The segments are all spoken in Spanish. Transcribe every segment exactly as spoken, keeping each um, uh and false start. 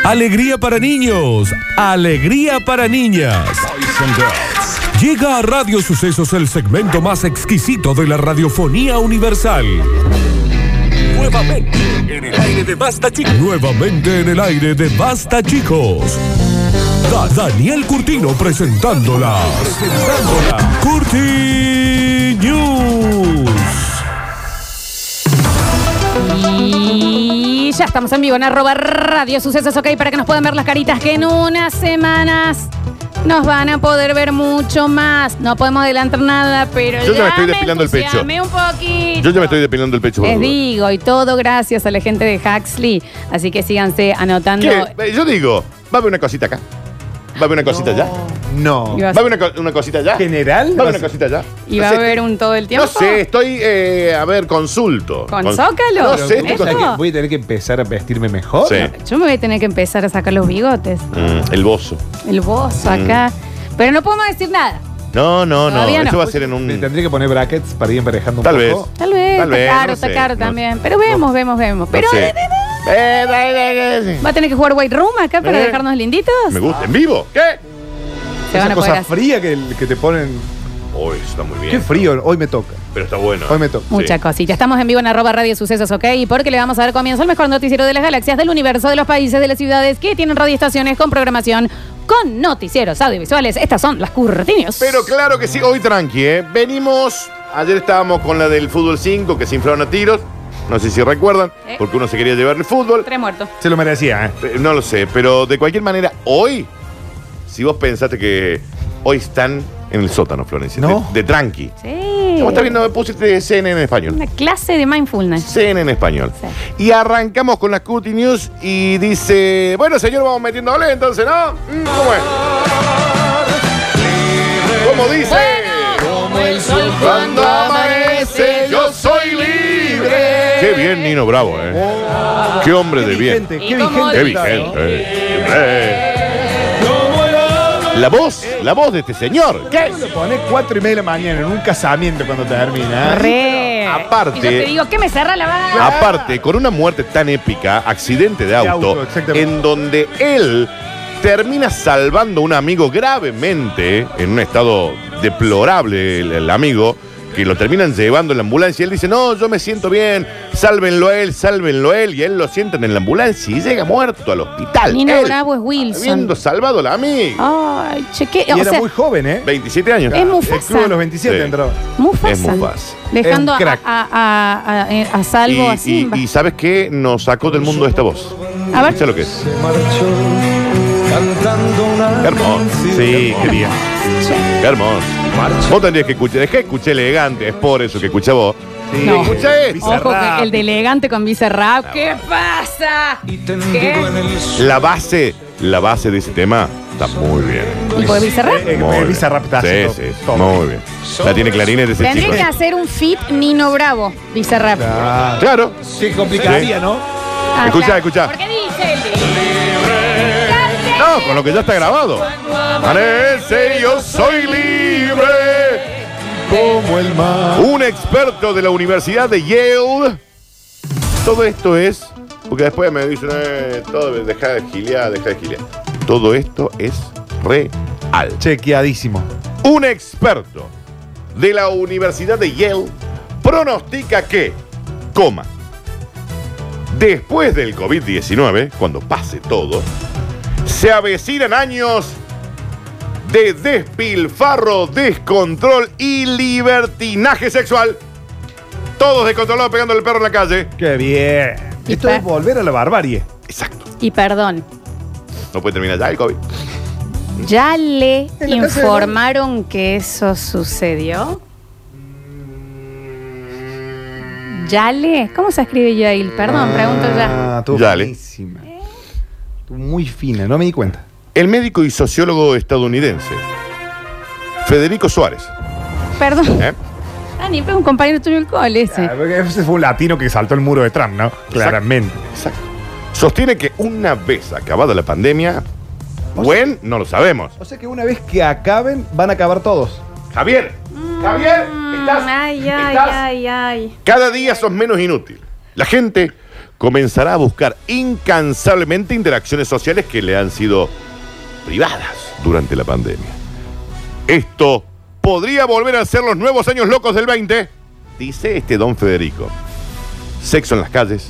Alegría para niños, alegría para niñas. Llega a Radio Sucesos el segmento más exquisito de la radiofonía universal. Nuevamente en el aire de Basta Chicos. Nuevamente en el aire de Basta Chicos. Da Daniel Curtino presentándola. Presentándola. Curti News. Y ya estamos en vivo en arroba Radio Sucesos, ok, para que nos puedan ver las caritas que en unas semanas nos van a poder ver mucho más. No podemos adelantar nada, pero yo ya, ya me estoy depilando el pecho. un poquito. Yo ya me estoy depilando el pecho. Les digo, y todo gracias a la gente de Huxley. Así que síganse anotando. ¿Qué? Yo digo, va a haber una cosita acá. ¿Va a haber una cosita allá? No. ¿Va a haber una, una cosita allá? ¿General? ¿Va a haber una cosita allá? ¿Y va a haber un todo el tiempo? No sé, estoy, eh, a ver, consulto. ¿Con Con- Zócalo? No Pero sé, ¿eso? estoy con- Voy a tener que empezar a vestirme mejor. Sí. Yo me voy a tener que empezar a sacar los bigotes. Mm, el bozo. El bozo acá. Pero no podemos decir nada. No, no, no. Todavía no. Eso va a ser en Me un... tendría que poner brackets para ir emparejando un Tal poco. Tal vez, Tal está vez, caro, no está sé, caro no también. sé. Pero vemos, vemos, vemos. Pero sé. eh, eh, Eh, eh, eh, va a tener que jugar White Room acá para Eh. dejarnos linditos. Me gusta. ¿En vivo? ¿Qué? Se van Esa a poder cosa hacer. fría que, que te ponen. Uy, está muy bien. Qué frío, hoy me toca. Pero está bueno. Hoy me toca. Mucha Sí. cosita. Estamos en vivo en arroba Radio Sucesos, ok. Y porque le vamos a dar comienzo al mejor noticiero de las galaxias, del universo, de los países, de las ciudades que tienen radioestaciones con programación, con noticieros audiovisuales. Estas son las curtinios. Pero claro que sí, hoy tranqui, ¿eh? Venimos, ayer estábamos con la del fútbol cinco, que se inflaron a tiros. No sé si recuerdan, ¿Eh? porque uno se quería llevar el fútbol. Tres muertos. Se lo merecía, ¿eh? Eh, No lo sé, pero de cualquier manera, hoy, si vos pensaste que hoy están en el sótano, Florencia, No. de, de tranqui. Sí. ¿Cómo estás viendo? Pusiste C N N en español. Una clase de mindfulness. C N N en español. Sí. Y arrancamos con las Curti News y dice, bueno, señor, vamos metiéndole entonces, ¿no? Mm, ¿Cómo es? ¿Cómo dice? Como el sol Cuando amanece, yo soy libre. Qué bien, Nino Bravo, ¿eh? Qué hombre Qué de bien. vigente, Y qué como vigente. Qué dice. vigente. eh. La voz, la voz de este señor. ¿Qué? Lo pones cuatro y media de la mañana en un casamiento cuando termina. Re. Aparte- Y yo te digo, ¿qué me cerra la bala? Aparte, con una muerte tan épica, accidente de auto, auto, exactamente. en donde él termina salvando a un amigo gravemente, en un estado deplorable, el, el amigo, que lo terminan llevando en la ambulancia. Y él dice, no, yo me siento bien, sálvenlo a él, sálvenlo a él. Y él lo sientan en la ambulancia y llega muerto al hospital. Nino Él, Bravo es Wilson. habiendo salvado al amigo. Ay, cheque. Y O era sea, muy joven, ¿eh? veintisiete años. Es El Mufasa. club de los veintisiete Sí. entró. Mufasa. Es Mufasa. Dejando Es un a, crack. a, a, a- eh, a salvo Y, a Simba. y- y ¿sabes qué? Nos sacó del mundo esta voz. A ver. Escucha lo que es. Se marchó cantando una Qué hermoso. Sí, qué bien. Qué hermoso. Vos tendrías que escuchar. Es que escuché elegante, es por eso que escuché vos. Sí. No. Escucha esto. Ojo que el de elegante con Bizarrap. ¿Qué pasa? y ¿Qué? tendido en el suelo. La base, la base de ese tema está muy bien. ¿Y por Bizarrap? Eh, Muy eh, bien. Bizarrap está Sí, haciendo sí, todo. muy bien. La tiene clarines de ese Tendría chico. que hacer un fit Nino Bravo, Bizarrap. Ah, Claro. qué complicaría, ¿no? Ah, Escuchá, claro. escuchá. ¿Por qué dice el No, con lo que ya está grabado. Amanece, yo soy libre. Como el mar. Un experto de la Universidad de Yale. Todo esto es. Porque después me dicen, eh, todo, deja de gilear, deja de gilear. Todo esto es real. Chequeadísimo. Un experto de la Universidad de Yale pronostica que, coma, después del COVID diecinueve, cuando pase todo, se avecinan años de despilfarro, descontrol y libertinaje sexual. Todos descontrolados pegándole el perro en la calle. Qué bien. Y Esto pa- es volver a la barbarie. Exacto. Y perdón, No puede terminar ya el COVID. ¿ya le En la casa de informaron que eso sucedió? ¿Yale? ¿Cómo se escribe Yael? Perdón, pregunto ya. Ah, estuvo Dale. finísima. Estuvo muy fina, no me di cuenta. El médico y sociólogo estadounidense Federico Suárez, Perdón. ¿eh? Ah, ni fue un compañero tuyo del cole ese. Ah, porque ese fue un latino que saltó el muro de Trump, ¿no? Claramente. Exacto. Sostiene que una vez acabada la pandemia, ¿when? No lo sabemos. O sea que una vez que acaben, van a acabar todos. Javier, Javier, Mm, estás, ay, ay, estás- ay, ay. Cada día sos menos inútil. La gente comenzará a buscar incansablemente interacciones sociales que le han sido privadas durante la pandemia. Esto podría volver a ser los nuevos años locos del veinte, dice este don Federico. Sexo en las calles,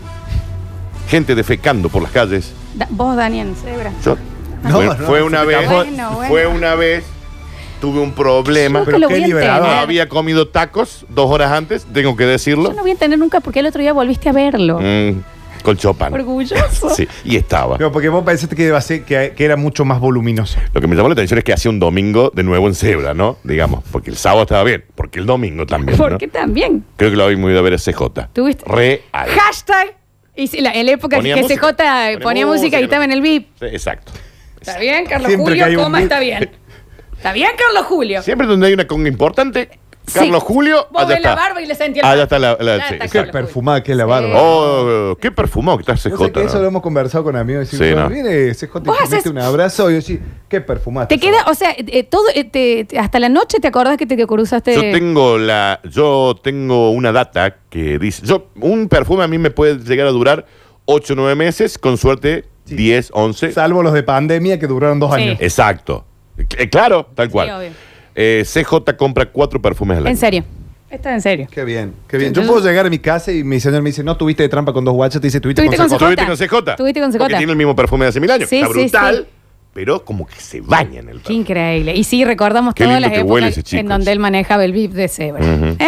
gente defecando por las calles. Da- vos, Daniel, cebra. Yo, No, fue, no, fue no, una se vez, Bueno, bueno. fue una vez, tuve un problema. Nunca pero lo qué voy a liberador. entender. Había comido tacos dos horas antes, tengo que decirlo. Yo no voy a entender nunca porque el otro día volviste a verlo. Mm, con Chopin. Orgulloso. Sí, y estaba. No, porque vos pensaste que, iba a ser, que, que era mucho más voluminoso. Lo que me llamó la atención es que hacía un domingo de nuevo en Zebra, ¿no? Digamos, porque el sábado estaba bien, porque el domingo también, ¿no? Porque también. Creo que lo había ido a ver a C J. ¿Tuviste? Real. Hashtag. Y si la, en la época Ponía que música. C J ponía, Ponía música, música, y estaba en el V I P. Sí, exacto. ¿Está bien, Carlos Siempre que Julio? hay un Coma, V I P. está bien. ¿Está bien, Carlos Julio? Siempre donde hay una conga importante, Carlos Sí. Julio, Vos allá ves la está. barba y le sentí el Allá está la... la- Ya sí, está exacto. Qué Carlos perfumada que es la Sí. barba. Oh, qué perfumado que está C No J. sé que eso ¿no? lo hemos conversado con amigos. Y Sí, cuando ¿no? viene C J Vos y te haces- mete un abrazo y yo sí, qué perfumada. Te esa queda, barba. o sea, eh, todo, eh, te- te- hasta la noche te acordás que te que cruzaste. Yo tengo la, yo tengo una data que dice, yo, un perfume a mí me puede llegar a durar ocho o nueve meses, con suerte Sí. diez, once. Salvo los de pandemia que duraron dos Sí. años. Exacto. Eh, claro, tal Sí, cual. obvio. Eh, C J compra cuatro perfumes al año. En serio. Esto es en serio. Qué bien, qué bien. Sí, Yo entonces- puedo llegar a mi casa y mi señor me dice, no tuviste de trampa con dos guachas, te dice, tuviste, Tuviste con con C J. ¿Tuviste con C J? Tuviste con C J. Porque tiene el mismo perfume de hace mil años. Sí, Está sí, brutal, sí. pero como que se baña en el Qué perfume. increíble. Y sí, recordamos Qué todas lindo las que huele épocas ese chico, en donde ese. él manejaba el V I P de Zebra. Ujú. ¿Eh?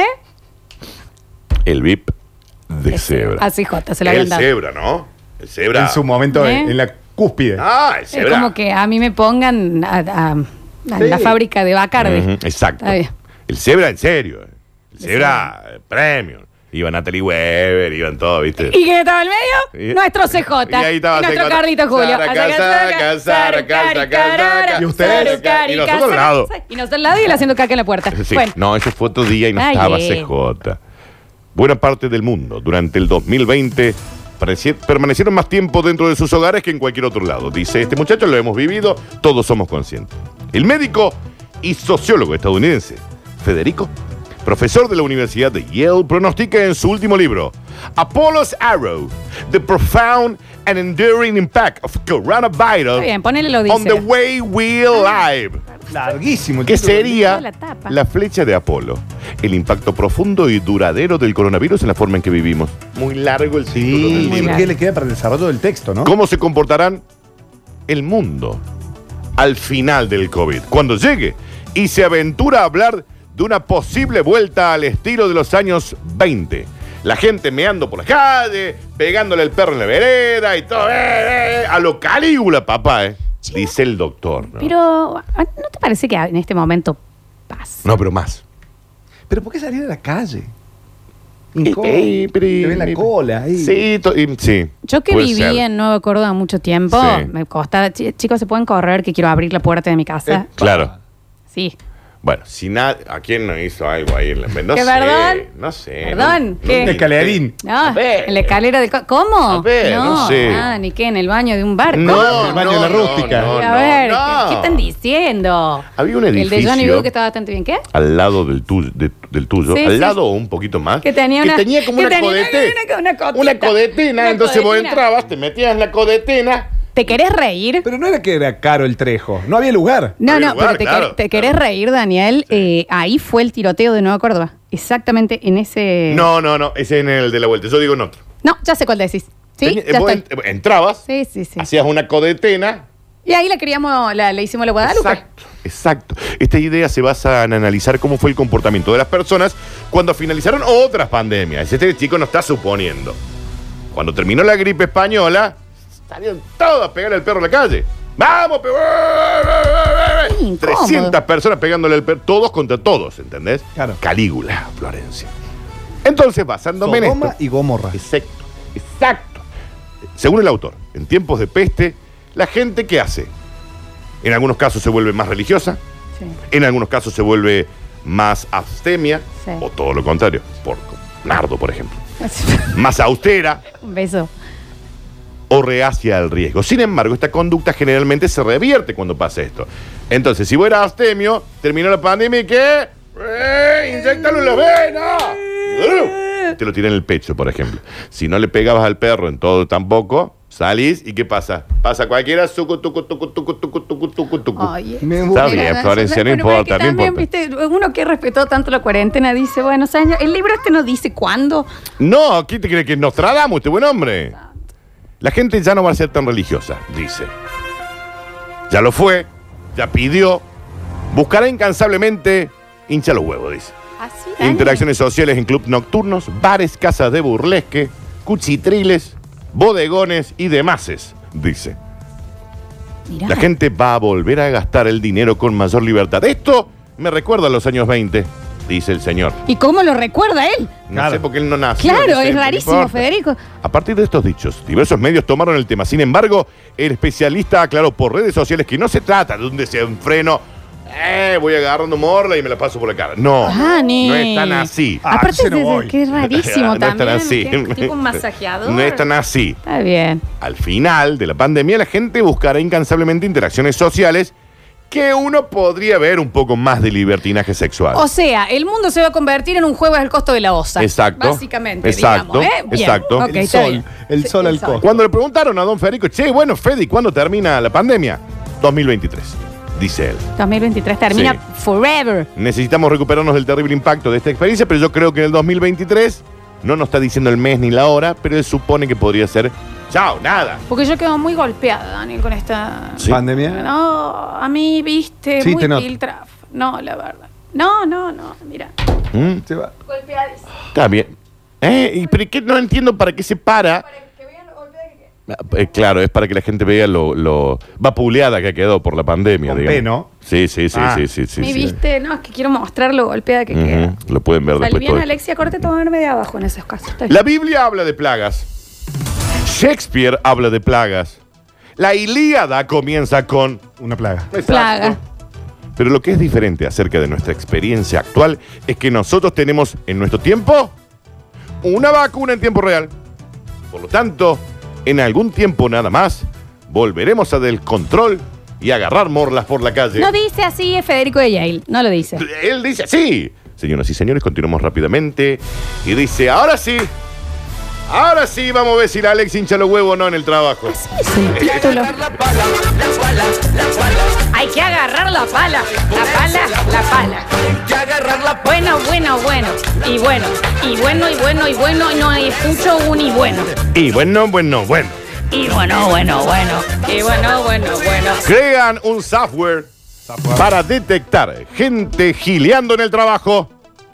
El V I P de Es- Zebra. A C J se lo El habían dado. Zebra, ¿no? El Zebra. En su momento, ¿Eh? en, en la cúspide. Ah, el Es Zebra. como que a mí me pongan a, a- a Sí. la fábrica de Bacardi. Ujú, exacto. Está bien. El Zebra, en serio. El De Zebra, eh, premium. Iba Natalie Weber, iban todos, ¿viste? ¿Y quién estaba en medio? Y- Nuestro C J. Y ahí estaba nuestro C J. Carlito Julio. Sara, Sara, Sara, Sara, Sara, ¿Y ustedes? Y nosotros al lado. Y nosotros al lado y él haciendo caca en la puerta. Sí, Bueno, no, ese fue otro día y no Ay, estaba eh. C J. Buena parte del mundo, durante el dos mil veinte, pareci- permanecieron más tiempo dentro de sus hogares que en cualquier otro lado. Dice, este muchacho lo hemos vivido, todos somos conscientes. El médico y sociólogo estadounidense, Federico, profesor de la Universidad de Yale, pronostica en su último libro, Apollo's Arrow, The Profound and Enduring Impact of Coronavirus está bien, ponele lo on the dice. Way We Live. Larguísimo. el ¿Qué título. sería La tapa. la flecha de Apolo? El impacto profundo y duradero del coronavirus en la forma en que vivimos. Muy largo el título Sí, del muy libro. largo. ¿qué le queda para el desarrollo del texto, no? ¿Cómo se comportarán el mundo al final del COVID? Cuando llegue y se aventura a hablar de una posible vuelta al estilo de los años veinte. La gente meando por la calle, pegándole el perro en la vereda y todo. eh, eh, a lo Calígula, papá, eh. Dice el doctor. ¿no? Pero, ¿no te parece que en este momento pasa? No, pero más. ¿Pero por qué salir a la calle? Incómodo. Eh, eh, pero- Te ven la cola ahí. Sí, to- y- sí. Yo que puede viví ser. en Nueva Córdoba mucho tiempo, Sí. me costaba, "Ch- chicos, ¿se pueden correr que quiero abrir la puerta de mi casa? Eh, Claro. Sí. Bueno, si nada, ¿a quién no hizo algo ahí? En la, no ¿Qué, sé, perdón? no sé. Perdón, no- ¿qué? no- Escalerín. No, A ver. en la escalera de... co- ¿Cómo? A ver, no sé. Ah, ni qué, en el baño de un bar. No, ¿Cómo? el baño de la rústica. no, a ver, no, ¿qué, no. qué están diciendo? Había un El de Johnny edificio Blue que estaba bastante bien. ¿Qué? al lado del, tu- de- del tuyo, Sí, al sí. lado o un poquito más, Que tenía una- tenía como que una tenía una- codete. una- una cotita. Una codetina, Una entonces vos codetina. entrabas, te metías en la codetina. ¿Te querés reír? Pero no era que era caro el Trejo. No había lugar. No, Había no, lugar, pero te, claro, quer- te claro. querés reír, Daniel. Eh, ahí fue el tiroteo de Nueva Córdoba. Exactamente en ese... No, no, no, ese es en el de la vuelta. Yo digo en otro. No, ya sé cuál decís. ¿Sí? Tenía- ya vos estoy. ent- entrabas, Sí, sí, sí. hacías una codetena. Y ahí la queríamos, la, le hicimos la Guadalupe. Exacto, exacto. Esta idea se basa en analizar cómo fue el comportamiento de las personas cuando finalizaron otras pandemias. Este chico no está suponiendo. Cuando terminó la gripe española, salieron todos a pegarle al perro en la calle. ¡Vamos, pe- Qué incómodo. trescientas personas pegándole al perro, todos contra todos, ¿entendés? Claro. Calígula, Florencia. Entonces, basándome en Sodoma esto. y Gomorra. Exacto, exacto. Según el autor, en tiempos de peste, la gente ¿qué hace? En algunos casos se vuelve más religiosa, Sí. en algunos casos se vuelve más abstemia, Sí. o todo lo contrario, por Nardo, por ejemplo. Más austera Un beso. o reacia al riesgo. Sin embargo, esta conducta generalmente se revierte cuando pasa esto. Entonces, si vos eras abstemio, terminó la pandemia y ¿qué? ¡Eh! ¡Inyéctalo en las venas! te lo tiré en el pecho, por ejemplo. Si no le pegabas al perro en todo tampoco, salís y ¿qué pasa? Pasa cualquiera, sucu, tucu, tucu, tucu, tucu, tucu, tucu, tucu. Oye, Me eso, Está mira, bien, eso, Florencia, no bueno, pero es importa, que no también, importa. viste, uno que respetó tanto la cuarentena dice, bueno, señor, el libro este no dice cuándo. No, ¿quién te cree que es Nostradamus, este buen hombre? La gente ya no va a ser tan religiosa, dice. Ya lo fue, ya pidió, buscará incansablemente, hincha los huevos, dice. Así, Dani. Interacciones sociales en clubes nocturnos, bares, casas de burlesque, cuchitriles, bodegones y demases, dice. Mirá. La gente va a volver a gastar el dinero con mayor libertad. Esto me recuerda a los años veinte, dice el señor. ¿Y cómo lo recuerda él? No Claro. sé porque él no nació. Claro, no sé, es no rarísimo, importa. Federico. A partir de estos dichos, diversos medios tomaron el tema. Sin embargo, el especialista aclaró por redes sociales que no se trata de un desenfreno. Eh, voy agarrando morla y me la paso por la cara. No, Dani. no es tan así. Ah, Aparte ese no de, de voy. que es rarísimo No es tan también. así. que es tipo un masajeador. No es tan así. Está bien. Al final de la pandemia, la gente buscará incansablemente interacciones sociales que uno podría ver un poco más de libertinaje sexual. O sea, el mundo se va a convertir en un juego al costo de la osa. Exacto. Básicamente, Exacto, digamos. ¿eh? Bien. exacto. Ok, El está sol, bien. el Sí, sol al costo. Cuando le preguntaron a don Federico, che, bueno, Fede, ¿cuándo termina la pandemia? dos mil veintitrés, dice él. dos mil veintitrés termina Sí. forever. Necesitamos recuperarnos del terrible impacto de esta experiencia, pero yo creo que en el dos mil veintitrés, no nos está diciendo el mes ni la hora, pero él supone que podría ser, chao, nada. Porque yo quedo muy golpeada, Daniel, con esta... Sí. Pandemia. No, a mí, viste, Sí, muy te noto. piltraf. No, la verdad. No, no, no, mira. ¿Mm? Se va. Golpeadísimo. Está bien. ¿Eh? ¿Y pero qué? No entiendo para qué se para. Que vean lo golpeada que queda. Ah, eh, claro, es para que la gente vea lo, lo vapuleada que quedó por la pandemia, Con digamos. P, ¿no? Sí, sí, sí, Ah. sí, sí, sí, Mi sí. viste, no, es que quiero mostrar lo golpeada que queda. Ujú, lo pueden ver Sal después bien, todo. Alexia, corte tomarme de abajo en esos casos. Está bien. La Biblia habla de plagas. Shakespeare habla de plagas. La Ilíada comienza con Una plaga. Exacto. Plaga. Pero lo que es diferente acerca de nuestra experiencia actual es que nosotros tenemos en nuestro tiempo una vacuna en tiempo real. Por lo tanto, en algún tiempo nada más, volveremos a del control y a agarrar morlas por la calle. No dice así es Federico de Yale, no lo dice. Él dice así. Señoras y señores, continuamos rápidamente. Y dice, ahora sí, ahora sí, vamos a ver si la Alex hincha los huevos o no en el trabajo. Así es el título. Hay que agarrar la pala, la pala, la pala. Bueno, bueno, bueno. Y bueno, y bueno, y bueno, y bueno, y no escucho un y bueno. Y bueno, bueno, bueno. Y bueno, bueno, bueno. Y bueno, bueno, bueno. Crean un software para detectar gente gileando en el trabajo.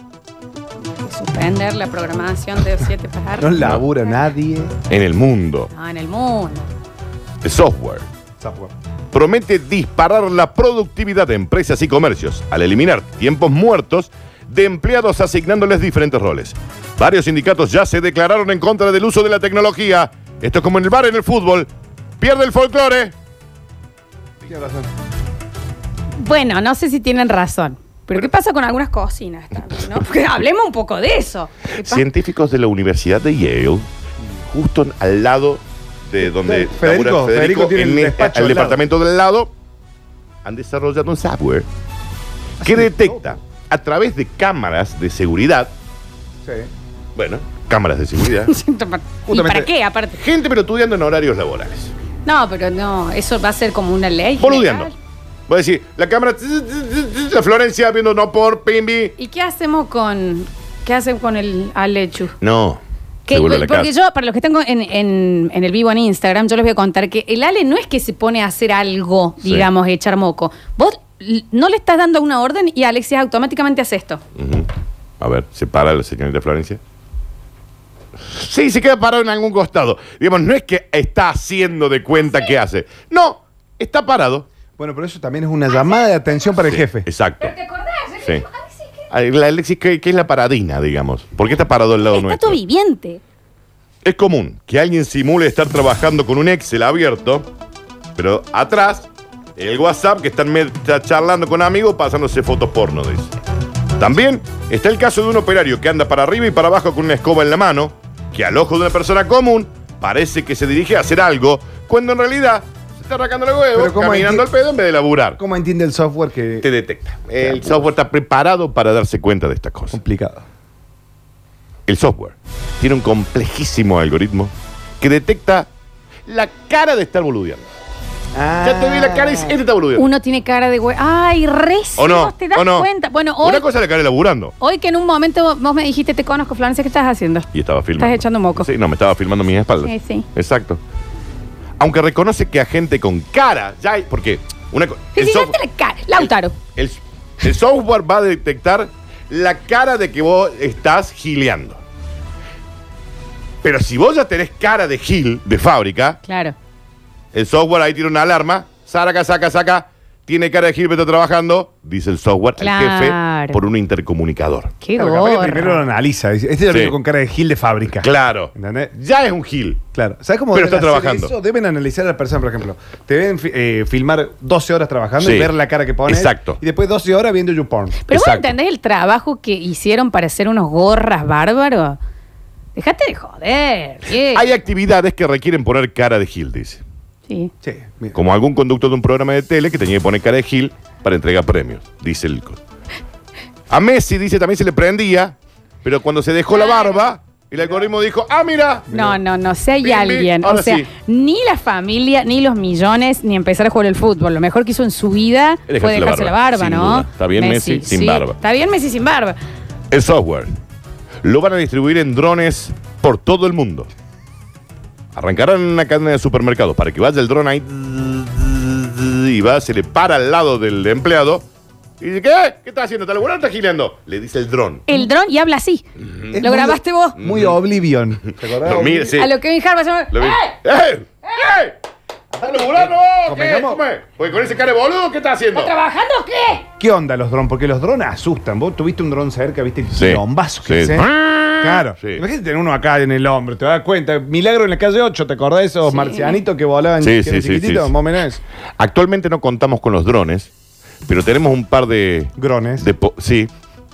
Suspender la programación de siete No pájaros. labura nadie. En el mundo. No, en el mundo. El software promete disparar la productividad de empresas y comercios al eliminar tiempos muertos de empleados asignándoles diferentes roles. Varios sindicatos ya se declararon en contra del uso de la tecnología. Esto es como en el bar, en el fútbol. Pierde el folclore. Tiene razón. Bueno, no sé si tienen razón. Pero ¿qué pasa con algunas cocinas también, no? Porque hablemos un poco de eso. ¿Qué pasa? Científicos de la Universidad de Yale, justo al lado de donde Federico, labura Federico tiene en el despacho el al lado. departamento del lado, han desarrollado un software que detecta a través de cámaras de seguridad, Sí. bueno, cámaras de seguridad, ¿Y Justamente- para qué, aparte? gente pelotudeando en horarios laborales. No, pero no, eso va a ser como una ley. Boludeando. general. Voy a decir, la cámara, la Florencia viendo no por Pimbi. ¿Y qué hacemos con qué hacen con el Alechu? No. Que- se vuelve a la porque casa. yo, para los que tengo en, en- en el vivo en Instagram, yo les voy a contar que el Ale no es que se pone a hacer algo, Sí. digamos, echar moco. Vos l- no le estás dando una orden y Alexia automáticamente hace esto. Ujú. A ver, ¿se para la señorita Florencia? Sí, se queda parado en algún costado. Digamos, no es que está haciendo de cuenta que hace. No, está parado. Bueno, pero eso también es una llamada de atención para el Sí, jefe. Exacto. acordás? Sí. Ay, La Alexis, ¿qué, qué es la paradina, digamos? ¿Por qué está parado al lado Está nuestro? todo viviente. Es común que alguien simule estar trabajando con un Excel abierto, pero atrás, el WhatsApp que están med- está charlando con amigos pasándose fotos porno, dice. También está el caso de un operario que anda para arriba y para abajo con una escoba en la mano, que al ojo de una persona común parece que se dirige a hacer algo, cuando en realidad se está arrancando los huevos, Pero ¿cómo caminando enti- al pedo en vez de laburar. ¿Cómo entiende el software que Te detecta. El software está preparado para darse cuenta de estas cosas. complicado? el software tiene un complejísimo algoritmo que detecta la cara de estar boludeando. Ah. Ya te vi la cara y dice, este está boludeando. Uno tiene cara de güey. Ay, recién ¿O no? te das ¿O no? cuenta. Bueno, hoy, Una cosa es la cara de laburando. hoy que en un momento vos- vos me dijiste, te conozco, Florencia, ¿qué estás haciendo? Y estaba filmando. Estás echando moco. Sí, no, me estaba filmando mis espaldas. Sí, sí. Exacto. Aunque reconoce que a gente con cara, ya hay, porque una co- el, Fíjate software- la cara. Lautaro. el- el software va a detectar la cara de que vos estás gileando. Pero si vos ya tenés cara de gil de fábrica, Claro. el software ahí tiene una alarma, saca, saca, saca, tiene cara de gil, pero está trabajando, dice el software, Claro. el jefe, por un intercomunicador. Qué Claro, capaz que primero lo gorra. analiza. Dice, este es el Sí. único con cara de gil de fábrica. Claro. ¿Entendés? Ya es un gil. Claro. ¿Sabes cómo Pero deben está hacer trabajando. eso? Deben analizar a la persona, por ejemplo. Te deben fi- eh, filmar doce horas trabajando Sí. y ver la cara que pones. Exacto. Y después doce horas viendo YouPorn. Pero vos Exacto. entendés el trabajo que hicieron para hacer unos gorras bárbaros. Dejate de joder. ¿qué? Hay actividades que requieren poner cara de gil, dice. Sí. Sí, mira. Como algún conductor de un programa de tele que tenía que poner cara de gil para entregar premios, dice el... co- A Messi, dice, también se le prendía, pero cuando se dejó la barba, el algoritmo dijo, ah, mira. No, no, no. Si hay Bim, bim. alguien. Ahora O sea, sí. ni la familia, ni los millones, ni empezar a jugar el fútbol. Lo mejor que hizo en su vida Es fue dejarse la dejarse la barba, barba, sin ¿no? duda. Está bien Messi sin barba. Está bien Messi sin barba. El software lo van a distribuir en drones por todo el mundo. Arrancarán en una cadena de supermercados para que vaya el dron ahí y va, se le para al lado del empleado y dice, ¿qué? ¿Qué estás haciendo? ¿Está laburando o estás gileando? Le dice el dron. El dron y habla así. Es ¿Lo muy- grabaste vos? Muy Oblivion. ¿Te acordás? Lo mira, sí. A lo que Kevin Hart se llama. Lo vi. ¡Eh! ¡Eh! ¡Eh! ¿Estás laburando vos? ¿Qué? Convengamos- ¿Cómo es? Porque con ese cara de boludo, ¿qué estás haciendo? ¿Estás trabajando o qué? ¿Qué onda los drones? Porque los drones asustan. Vos tuviste un dron cerca, viste el Sí. quilombazo que Sí. hace. Claro. Sí. Imagínate tener uno acá en el hombro, te das cuenta. Milagro en la calle ocho, ¿te acordás de esos Sí. marcianitos que volaban Sí, que sí, eran sí, chiquititos? sí, sí. Más o menos eso. Actualmente no contamos con los drones, pero tenemos un par de... Grones. de po- sí.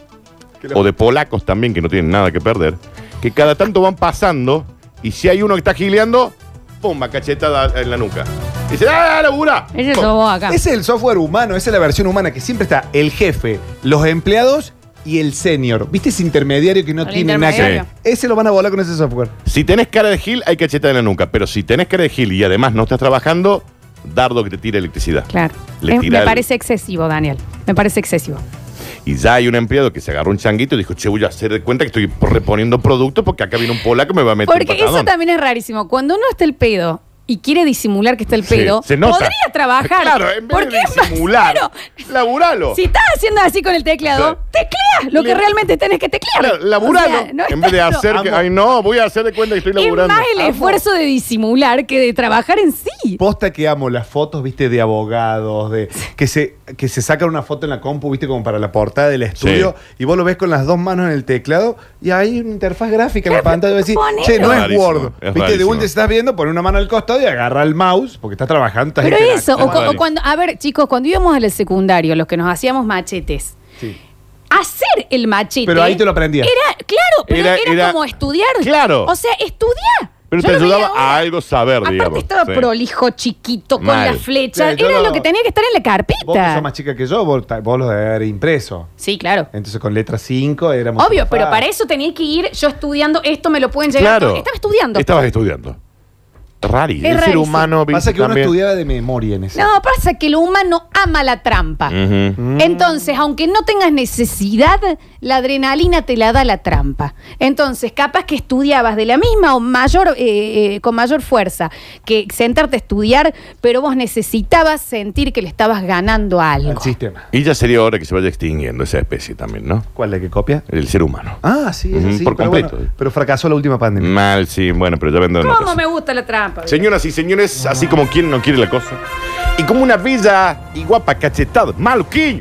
Que lo- O de polacos también, que no tienen nada que perder, que cada tanto van pasando y si hay uno que está gileando, ¡pumba! Cachetada en la nuca. Y dice, ¡ah, labura! Ese Pum. sos vos acá. Ese es el software humano, esa es la versión humana que siempre está el jefe, los empleados y el senior. ¿Viste ese intermediario que no El tiene nada que intermediario. Ese lo van a volar con ese software. Si tenés cara de gil, hay cachetada en la nuca. Pero si tenés cara de gil y además no estás trabajando, dardo que te tira electricidad. Claro. Le Es- tira me el- parece excesivo, Daniel. Me parece excesivo. Y ya hay un empleado que se agarró un changuito y dijo, che, voy a hacer de cuenta que estoy reponiendo productos porque acá viene un polaco y me va a meter Porque un patadón. eso también es rarísimo. Cuando uno está el pedo y quiere disimular que está el Sí, pedo, se nota. podría trabajar. Claro, en vez Porque de es más- disimular, claro. laburalo. Si estás haciendo así con el teclado, Sí. tecleas lo que Le- realmente tenés que teclear. Claro, laburalo. O sea, no en vez de tanto- hacer que, ay no, voy a hacer de cuenta que estoy Es laburando. más el Amo. esfuerzo de disimular que de trabajar en sí. Posta que amo las fotos, viste, de abogados, de que se, que se sacan una foto en la compu, viste, como para la portada del estudio, y vos lo ves con las dos manos en el teclado, y hay una interfaz gráfica en la Claro, pantalla, y decís, ponelo. che, no Es es rarísimo, Word. es Viste, de rarísimo. última estás viendo, pone una mano al costado y agarra el mouse, porque estás trabajando, estás Pero eso, o, interactuando. cu- o Vale. cuando, a ver, chicos, cuando íbamos al secundario, los que nos hacíamos machetes, Sí. hacer el machete. Pero ahí te lo aprendías. Era, claro, pero Era- era, era- como estudiar. Claro. O sea, estudiar. Pero Yo te lo veía ayudaba ahora. a algo saber, Aparte digamos. estaba Sí. prolijo, chiquito, con Mal. la flecha. Sí, yo Era lo- lo que tenía que estar en la Vos que carpeta. sos más chica que yo, vos, ta- vos lo debes haber impreso. Sí, claro. Entonces con letra cinco éramos... Obvio, más pero fácil. para eso tenía que ir yo estudiando. Esto me lo pueden llegar. Claro. Estaba estudiando. Estabas estudiando. Rari. Es el ser rarísimo. humano, viste, Pasa que uno también. estudiaba de memoria en ese. No, pasa que el humano ama la trampa. Ujú. Entonces, aunque no tengas necesidad, la adrenalina te la da la trampa. Entonces, capaz que estudiabas de la misma o mayor, eh, eh, con mayor fuerza que sentarte a estudiar, pero vos necesitabas sentir que le estabas ganando a algo. Al sistema. Y ya sería hora que se vaya extinguiendo esa especie también, ¿no? ¿Cuál es la que copia? El ser humano. Ah, sí, Ujú, es así. por pero, completo. bueno, pero fracasó la última pandemia. Mal, sí, bueno, pero ya vendo ¿Cómo notas. me gusta la trampa? Señoras y señores, así como quien no quiere la cosa. Y como una bella y guapa cachetada, maluquillo.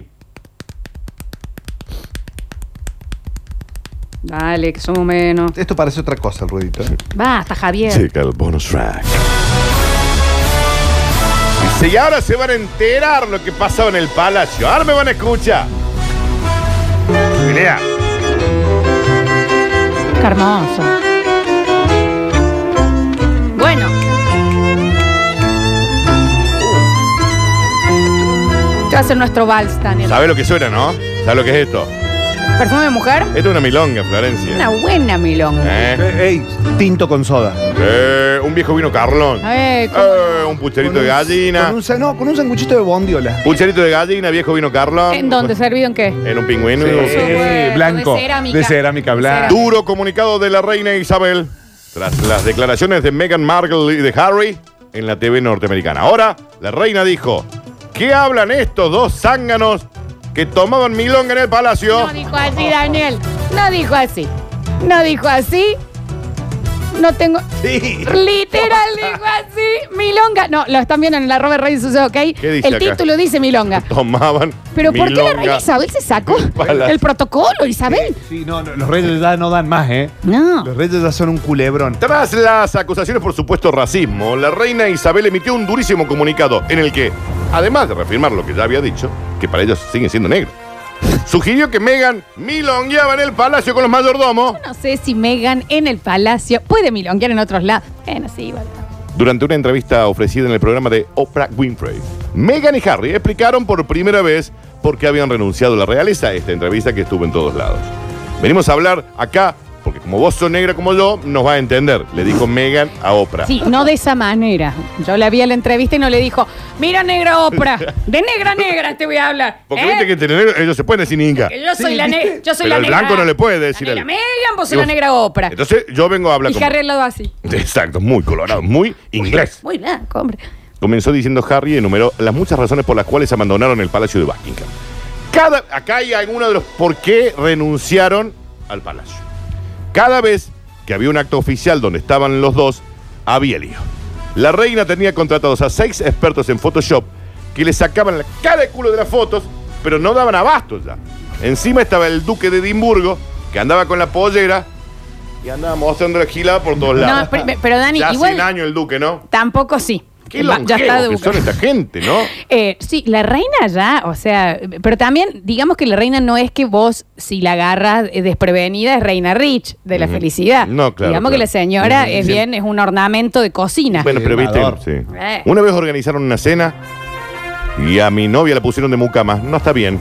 Dale, que somos menos. Esto parece otra cosa, el ruedito. ¿eh? Basta, Javier. Llega el bonus track. Dice, y ahora se van a enterar lo que pasaba en el palacio. Ahora me van a escuchar. Pelea. Qué hermoso. Bueno. Este va a ser nuestro vals, Daniel. ¿Sabes lo que suena, no? ¿Sabes lo que es esto? ¿Perfume de mujer? Esta es una milonga, Florencia. Una buena milonga. ¿Eh? Eh, ey, tinto con soda. Eh, un viejo vino Carlón. Eh, ¿cómo? Eh, un pucherito Con de un- gallina. Con un, sa- no, con un sanguchito de bondiola. Pucherito de gallina, viejo vino Carlón. ¿En dónde? ¿Servido en qué? En un pingüino. Sí, bueno, blanco. de cerámica. De cerámica blanca. Duro comunicado de la reina Isabel tras las declaraciones de Meghan Markle y de Harry en la T V norteamericana. Ahora, la reina dijo: ¿qué hablan estos dos zánganos que tomaban milonga en el palacio? No dijo así, Daniel. No dijo así. No dijo así. No tengo. Sí. Literal dijo así. Milonga. No, lo están viendo en la Robert Reyes Sucede, ¿ok? ¿Qué dice El acá? título dice milonga. Tomaban Pero ¿por qué la milonga. reina Isabel se sacó Palacio. el protocolo, Isabel? Sí, no, no, los reyes ya no dan más, ¿eh? No. Los reyes ya son un culebrón. Tras las acusaciones por supuesto racismo, la reina Isabel emitió un durísimo comunicado en el que, además de reafirmar lo que ya había dicho, que para ellos siguen siendo negros, sugirió que Meghan milongueaba en el palacio con los mayordomos. No sé si Meghan en el palacio puede milonguear en otros lados. Bueno, sí, igual. Durante una entrevista ofrecida en el programa de Oprah Winfrey, Meghan y Harry explicaron por primera vez por qué habían renunciado a la realeza. Esta entrevista que estuvo en todos lados. Venimos a hablar acá, porque como vos sos negra como yo, nos va a entender, le dijo Meghan a Oprah. Sí, no de esa manera. Yo la vi en la entrevista y no le dijo, mira negra Oprah, de negra a negra te voy a hablar. Porque ¿eh? viste que entre negros ellos se pueden decir inga. Que yo soy Sí, la ¿viste? negra. Yo soy Pero la el negra. blanco no le puede decir La al- negra Meghan, vos Y sos la vos- negra Oprah. Entonces yo vengo a hablar Y con... Harry al lado así. Exacto, muy colorado, muy inglés. Muy blanco, hombre. Comenzó diciendo Harry y enumeró las muchas razones por las cuales abandonaron el Palacio de Buckingham. Cada, acá hay alguno de los por qué renunciaron al palacio. Cada vez que había un acto oficial donde estaban los dos, había lío. La reina tenía contratados a seis expertos en Photoshop que le sacaban la cara de culo de las fotos, pero no daban abasto ya. Encima estaba el duque de Edimburgo, que andaba con la pollera y andaba mostrando la gilada por todos lados. No, pero, pero Dani, ya igual cien años el duque, ¿no? tampoco sí. Qué Va- ya está longevos de que son esta gente, ¿no? Eh, sí, la reina ya, o sea, pero también digamos que la reina no es que vos, si la agarras eh, desprevenida, es reina Rich de la Ujú. felicidad. No, claro, Digamos claro. que la señora Ujú. es Sí. bien, es un ornamento de cocina. Bueno, pero viste, Salvador. sí. Eh. Una vez organizaron una cena y a mi novia la pusieron de mucama. No está bien.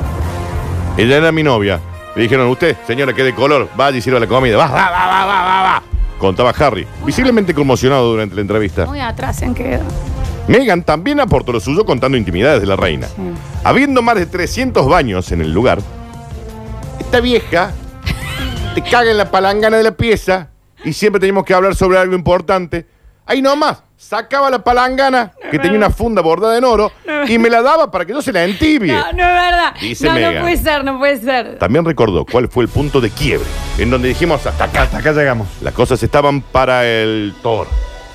Ella era mi novia. Le dijeron, usted, señora, que de color, vaya y sirva la comida. Va, va, va, va, va, va, va. Contaba Harry, visiblemente conmocionado durante la entrevista. Muy atrás se han quedado. Meghan también aportó lo suyo contando intimidades de la reina. Sí. Habiendo más de trescientos baños en el lugar, esta vieja te caga en la palangana de la pieza y siempre teníamos que hablar sobre algo importante. Ahí nomás, sacaba la palangana que tenía una funda bordada en oro y me la daba para que yo se la entibie. No, no es verdad. Dice no, Meghan. no puede ser, no puede ser. También recordó cuál fue el punto de quiebre, en donde dijimos hasta acá. Hasta acá llegamos. Las cosas estaban para el toro.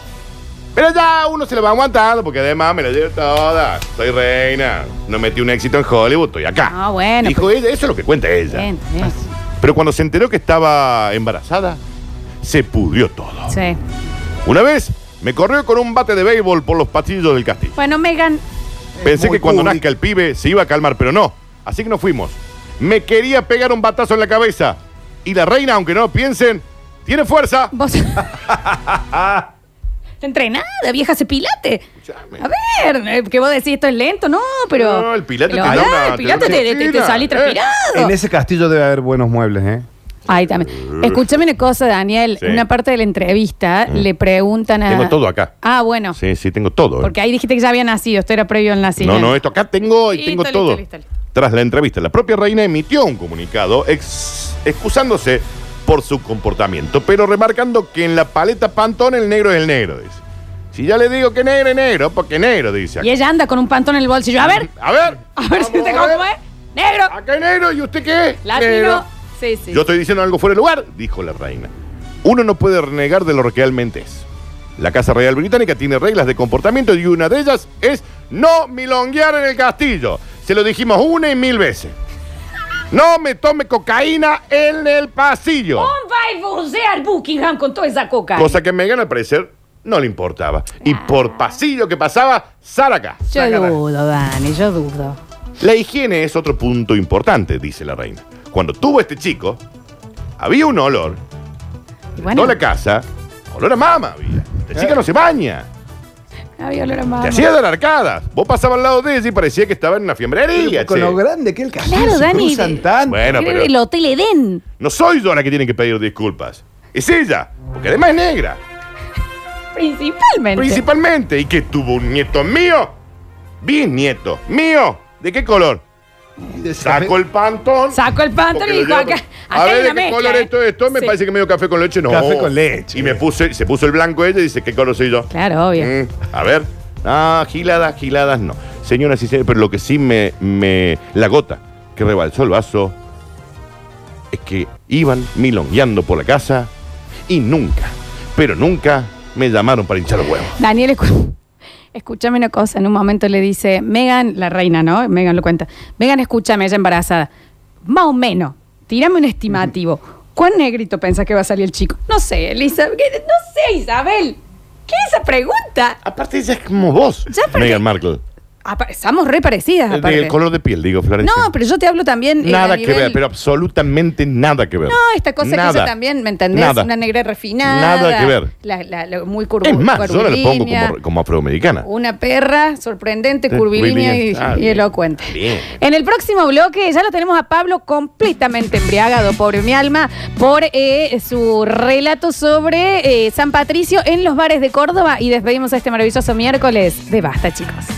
Pero ya uno se la va aguantando porque además me la llevo toda. Soy reina. No metí un éxito en Hollywood, estoy acá. Ah, bueno, Dijo ella, eso es lo que cuenta ella. Bien, bien. Pero cuando se enteró que estaba embarazada, se pudrió todo. Sí. Una vez me corrió con un bate de béisbol por los pasillos del castillo. Bueno, Meghan, Pensé muy que cuando público. nazca el pibe se iba a calmar, pero no. Así que nos fuimos. Me quería pegar un batazo en la cabeza. Y la reina, aunque no lo piensen, tiene fuerza. vos. Está entrenada, vieja, hace pilate. Escuchame. A ver, eh, que vos decís esto es lento, no, pero. No, el pilate pero te da hablar, una- el pilate te da te, una te, te, disciplina, salí eh. transpirado. En ese castillo debe haber buenos muebles, ¿eh? Ahí también. Escúchame una cosa, Daniel. Sí. Una parte de la entrevista le preguntan a. Tengo todo acá. Ah, bueno. Sí, sí, tengo todo. ¿eh? Porque ahí dijiste que ya había nacido, esto era previo al No, nacimiento. no, esto acá tengo y Listo, tengo listo, todo. listo, listo. Tras la entrevista, la propia reina emitió un comunicado ex- excusándose por su comportamiento, pero remarcando que en la paleta Pantone el negro es el negro, dice. Si ya le digo que negro es negro, porque negro, dice. Y ella anda con un pantón en el bolsillo. A ver, A ver. a ver vamos si te a ver. cómo es. Negro, Acá hay negro, ¿y usted qué? latino. Negro. Sí, sí. Yo estoy diciendo algo fuera de lugar, dijo la reina. Uno no puede renegar de lo que realmente es. La Casa Real Británica tiene reglas de comportamiento y una de ellas es no milonguear en el castillo. Se lo dijimos una y mil veces. No me tome cocaína en el pasillo. ¿Cómo va a bucear Buckingham con toda esa coca? Cosa que a Meghan al parecer no le importaba. Y por pasillo que pasaba, Saraca. Yo dudo, Dani, yo dudo. La higiene es otro punto importante, dice la reina. Cuando tuvo este chico, había un olor Y bueno, toda la casa, olor a mama había. La chica no se baña. Había olor a mama. Te hacía dar arcadas. Vos pasabas al lado de ella y parecía que estaba en una fiambrería, Con che. lo grande que el castillo Claro, se Dani. cruzan tanto. Bueno, Era pero el Hotel Edén. no soy yo la que tiene que pedir disculpas. Es ella, porque además es negra. Principalmente. Principalmente. ¿Y que tuvo un nieto mío? Bisnieto. ¿Mío? ¿De qué color? Saco el pantón. Sacó el pantalón porque y lo dijo llevo- acá. A acá hay ver, una ¿de qué mezcla, color ¿eh? esto esto? Me Sí. parece que medio café con leche. No. Café con leche. Y me puse, se puso el blanco ella y dice, ¿qué color soy yo? Claro, obvio. Mm, a ver. Ah, giladas, giladas, no. Señoras y señores, pero lo que sí me, me... La gota que rebalsó el vaso es que iban milongueando por la casa y nunca, pero nunca me llamaron para hinchar los huevos. Daniel, escu- escúchame una cosa. En un momento le dice, Megan, la reina, ¿no? Megan lo cuenta. Megan, escúchame, ella embarazada. Más o menos, tírame un estimativo. ¿Cuán negrito pensás que va a salir el chico? No sé, Elisa. ¿qué? No sé, Isabel. ¿Qué es esa pregunta? Aparte ella es como vos, Ya, porque- Meghan Markle. Apa- Estamos re parecidas, aparte. Del color de piel, digo, Florencia. No, pero yo te hablo también. eh, Nada a que nivel- ver, pero absolutamente nada que ver. No, esta cosa que Nada. ella también, ¿me entendés? Nada. Una negra refinada. Nada que ver. La, la- la- muy curva. Es más, yo no le pongo como, como afroamericana. Una perra sorprendente, Sí, curvilínea muy y, bien. Ah, y bien. elocuente. Bien. En el próximo bloque ya lo tenemos a Pablo completamente embriagado, pobre mi alma, por eh, su relato sobre eh, San Patricio en los bares de Córdoba y despedimos a este maravilloso miércoles de Basta, chicos.